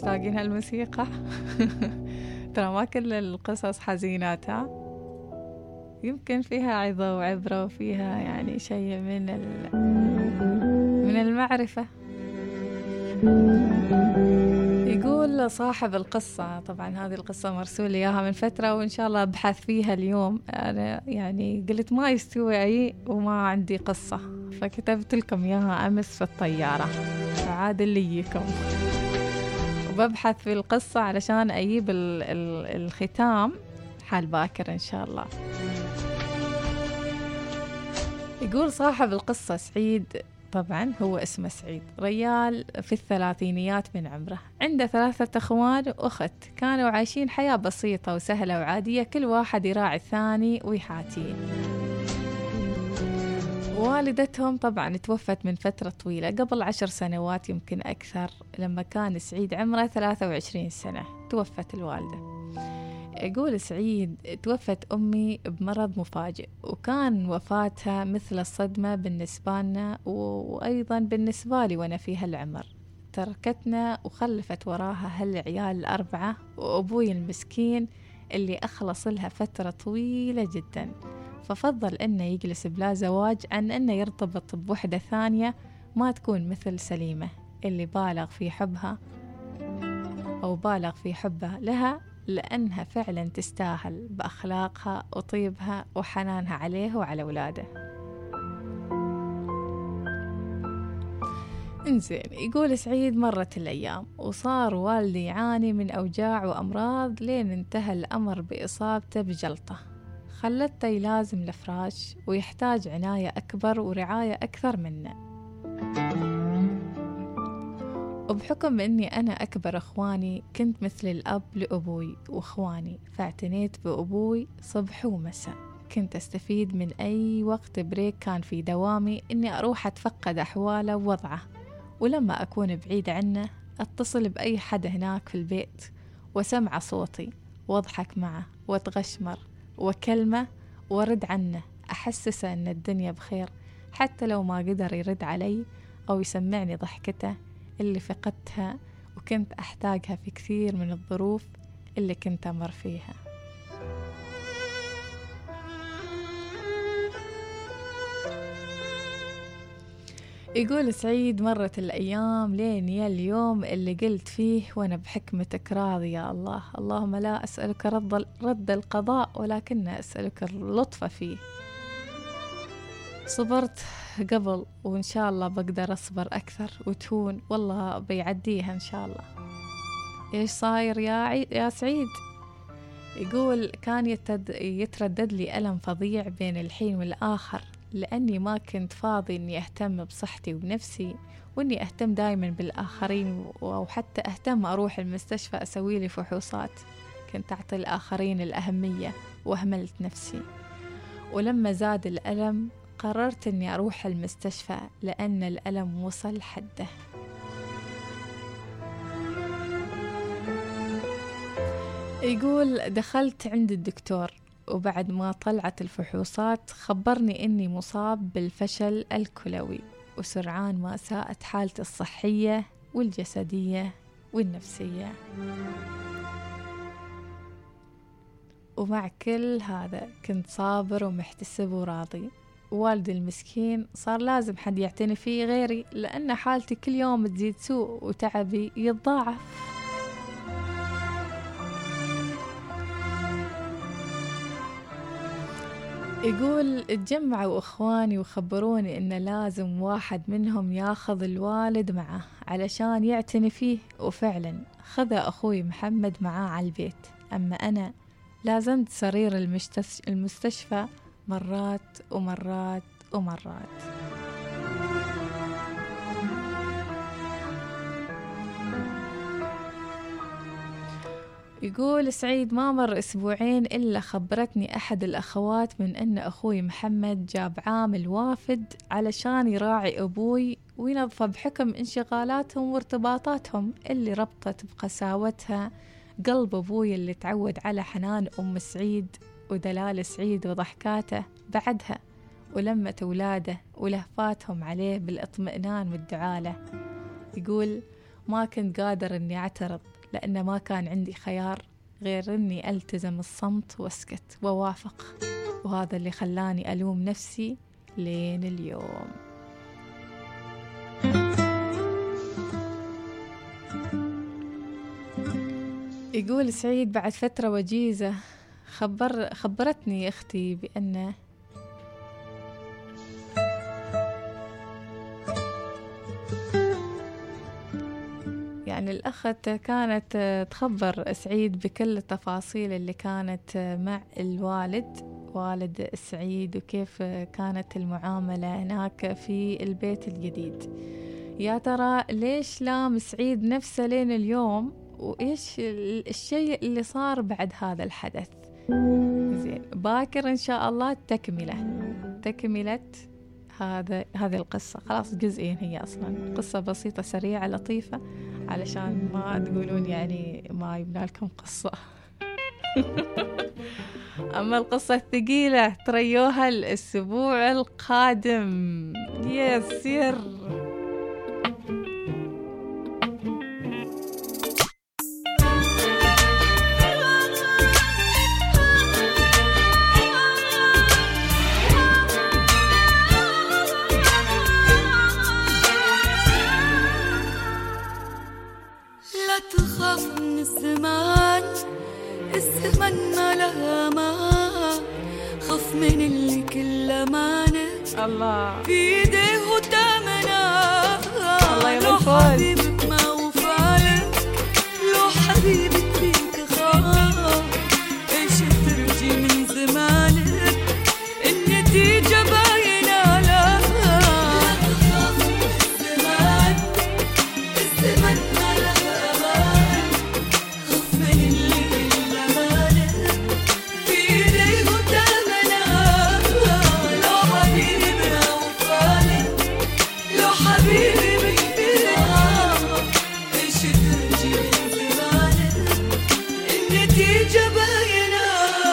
مشتاقين هالموسيقى؟ ترى ما كل القصص حزينات، ها؟ يمكن فيها عظة وعبرة، وفيها يعني شيء من المعرفة. يقول صاحب القصة، طبعا هذه القصة مرسول إياها من فترة وإن شاء الله أبحث فيها اليوم. أنا يعني قلت ما يستوي أي وما عندي قصة، فكتبت لكم إياها أمس في الطيارة، فعاد اللي يجيكم. وببحث في القصة علشان أجيب الختام حال باكر إن شاء الله. يقول صاحب القصة سعيد، طبعا هو اسمه سعيد، ريال في الثلاثينيات من عمره، عنده 3 أخوان وأخت، كانوا عايشين حياة بسيطة وسهلة وعادية، كل واحد يراعي الثاني ويحاتيه. والدتهم طبعا توفت من فترة طويلة، قبل 10 سنوات يمكن أكثر، لما كان سعيد عمره 23 سنة توفت الوالدة. يقول سعيد توفت أمي بمرض مفاجئ، وكان وفاتها مثل الصدمة بالنسبة لنا وأيضا بالنسبة لي وأنا في هالعمر. تركتنا وخلفت وراها هالعيال 4، وأبوي المسكين اللي أخلص لها فترة طويلة جدا، ففضل أنه يجلس بلا زواج عن أنه يرتبط بوحدة ثانية ما تكون مثل سليمة اللي بالغ في حبها أو بالغ في حبها لها، لأنها فعلا تستاهل بأخلاقها وطيبها وحنانها عليه وعلى أولاده. انزين، يقول سعيد مرت الأيام وصار والدي يعاني من أوجاع وأمراض، لين انتهى الأمر بإصابته بجلطة خلته يلازم الفراش ويحتاج عناية أكبر ورعاية أكثر منه. وبحكم أني أنا أكبر أخواني كنت مثل الأب لأبوي وأخواني، فاعتنيت بأبوي صبح ومساء، كنت أستفيد من أي وقت بريك كان في دوامي أني أروح أتفقد أحواله ووضعه، ولما أكون بعيد عنه أتصل بأي حد هناك في البيت وسمع صوتي واضحك معه واتغشمر وكلمة ورد عنه، أحسسه أن الدنيا بخير، حتى لو ما قدر يرد علي أو يسمعني ضحكته اللي فقدتها وكنت أحتاجها في كثير من الظروف اللي كنت أمر فيها. يقول سعيد مرت الأيام لين يا اليوم اللي قلت فيه وأنا بحكمتك راضي يا الله، اللهم لا أسألك رد القضاء ولكن أسألك اللطف فيه. صبرت قبل وإن شاء الله بقدر أصبر أكثر وتهون، والله بيعديها إن شاء الله. إيش صاير يا سعيد؟ يقول كان يتردد لي ألم فظيع بين الحين والآخر، لأني ما كنت فاضي أني أهتم بصحتي وبنفسي، وأني أهتم دايما بالآخرين، أو حتى أهتم أروح المستشفى أسوي لي فحوصات، كنت أعطي الآخرين الأهمية وأهملت نفسي. ولما زاد الألم قررت أني أروح المستشفى لأن الألم وصل حده. يقول دخلت عند الدكتور، وبعد ما طلعت الفحوصات خبرني أني مصاب بالفشل الكلوي، وسرعان ما ساءت حالتي الصحية والجسدية والنفسية. ومع كل هذا كنت صابر ومحتسب وراضي. والدي المسكين صار لازم حد يعتني فيه غيري، لأن حالتي كل يوم تزيد سوء وتعبي يتضاعف. يقول اتجمعوا إخواني وخبروني إن لازم واحد منهم ياخذ الوالد معه علشان يعتني فيه، وفعلا خذ أخوي محمد معاه على البيت، أما أنا لازمت سرير المستشفى مرات ومرات ومرات. يقول سعيد ما مر أسبوعين إلا خبرتني أحد الأخوات من أن أخوي محمد جاب عامل وافد علشان يراعي أبوي وينظف بحكم انشغالاتهم وارتباطاتهم اللي ربطت بقساوتها قلب أبوي اللي تعود على حنان أم سعيد ودلال سعيد وضحكاته بعدها، ولمة أولاده ولهفاتهم عليه بالاطمئنان والدعاء له. يقول ما كنت قادر أني أعترض لأن ما كان عندي خيار غير أني ألتزم الصمت وأسكت ووافق، وهذا اللي خلاني ألوم نفسي لين اليوم. يقول سعيد: بعد فترة وجيزة خبرتني أختي بأن يعني الأخت كانت تخبر سعيد بكل التفاصيل اللي كانت مع والد سعيد، وكيف كانت المعاملة هناك في البيت الجديد. يا ترى ليش لام سعيد نفسه لين اليوم، وإيش الشيء اللي صار بعد هذا الحدث؟ زين، باكر إن شاء الله تكملة هذه القصة. خلاص جزئين هي أصلا، قصة بسيطة سريعة لطيفة علشان ما تقولون يعني ما يبنى لكم قصة. أما القصة الثقيلة تريوها الأسبوع القادم. يسير. الزمن ما لها مان، خف من اللي كل ما الله في ايديه وتامنا. الله لو حبيبك ما وفالك، لو حبيبك فيك خاف، ايش ترجي من زمانك؟ النتيجة باينة. لا تخاف من الزمان، الزمن ما لها مان، خف من اللي كل مانك في ايديه وتامنا. لو حبيبنا وفالك، لو حبيبك فيك، ايش ترجي من زمانك؟ النتيجة باينة.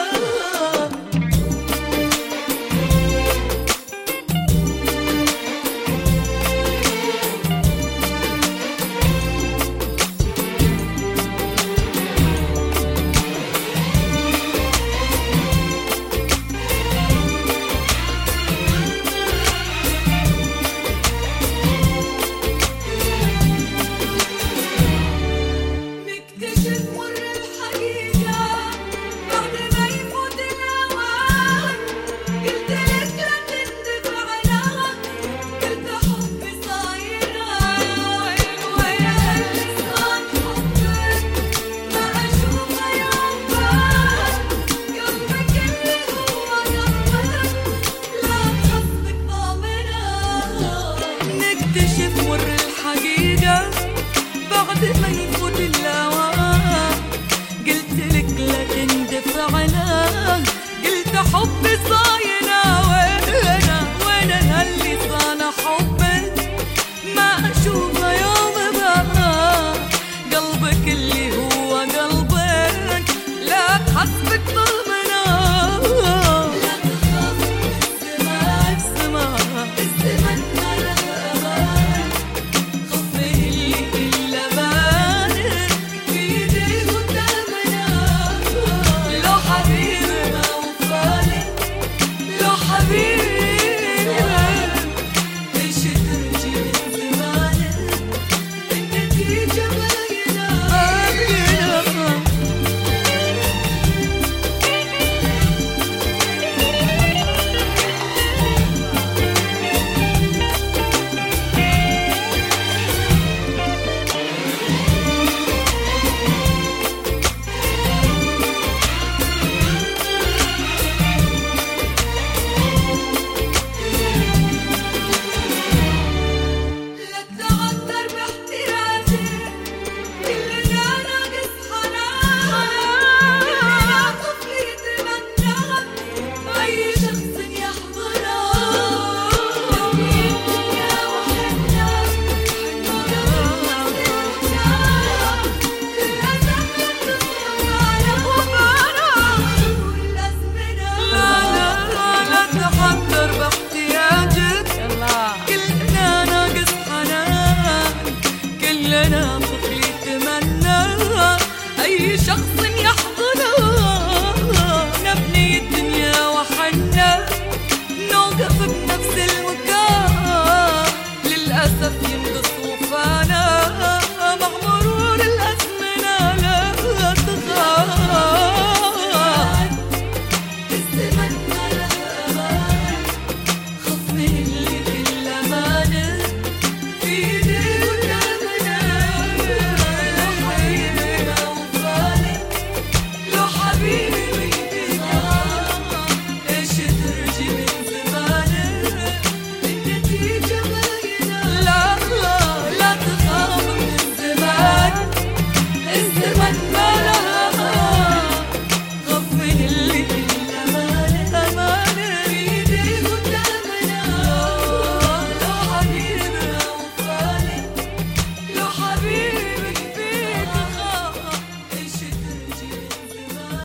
نكتشف مر الحقيقة بعد ما يفوت الأوان. قلت لك لا تندفع عنها، قلت حبي صايرة ويا هاللسان حبك ما أشوفه يوم فات. قلبك اللي هو قلبك لا تخصك ضامنة. نكتشف مر الحقيقة بعد ما يفوت الأوان. قلت لك لا تندفع عنها، قلت حبي صاينة وين هاللي صانع حبك ما أشوفه يوم بقى. قلبك اللي هو قلبك لا تحسبك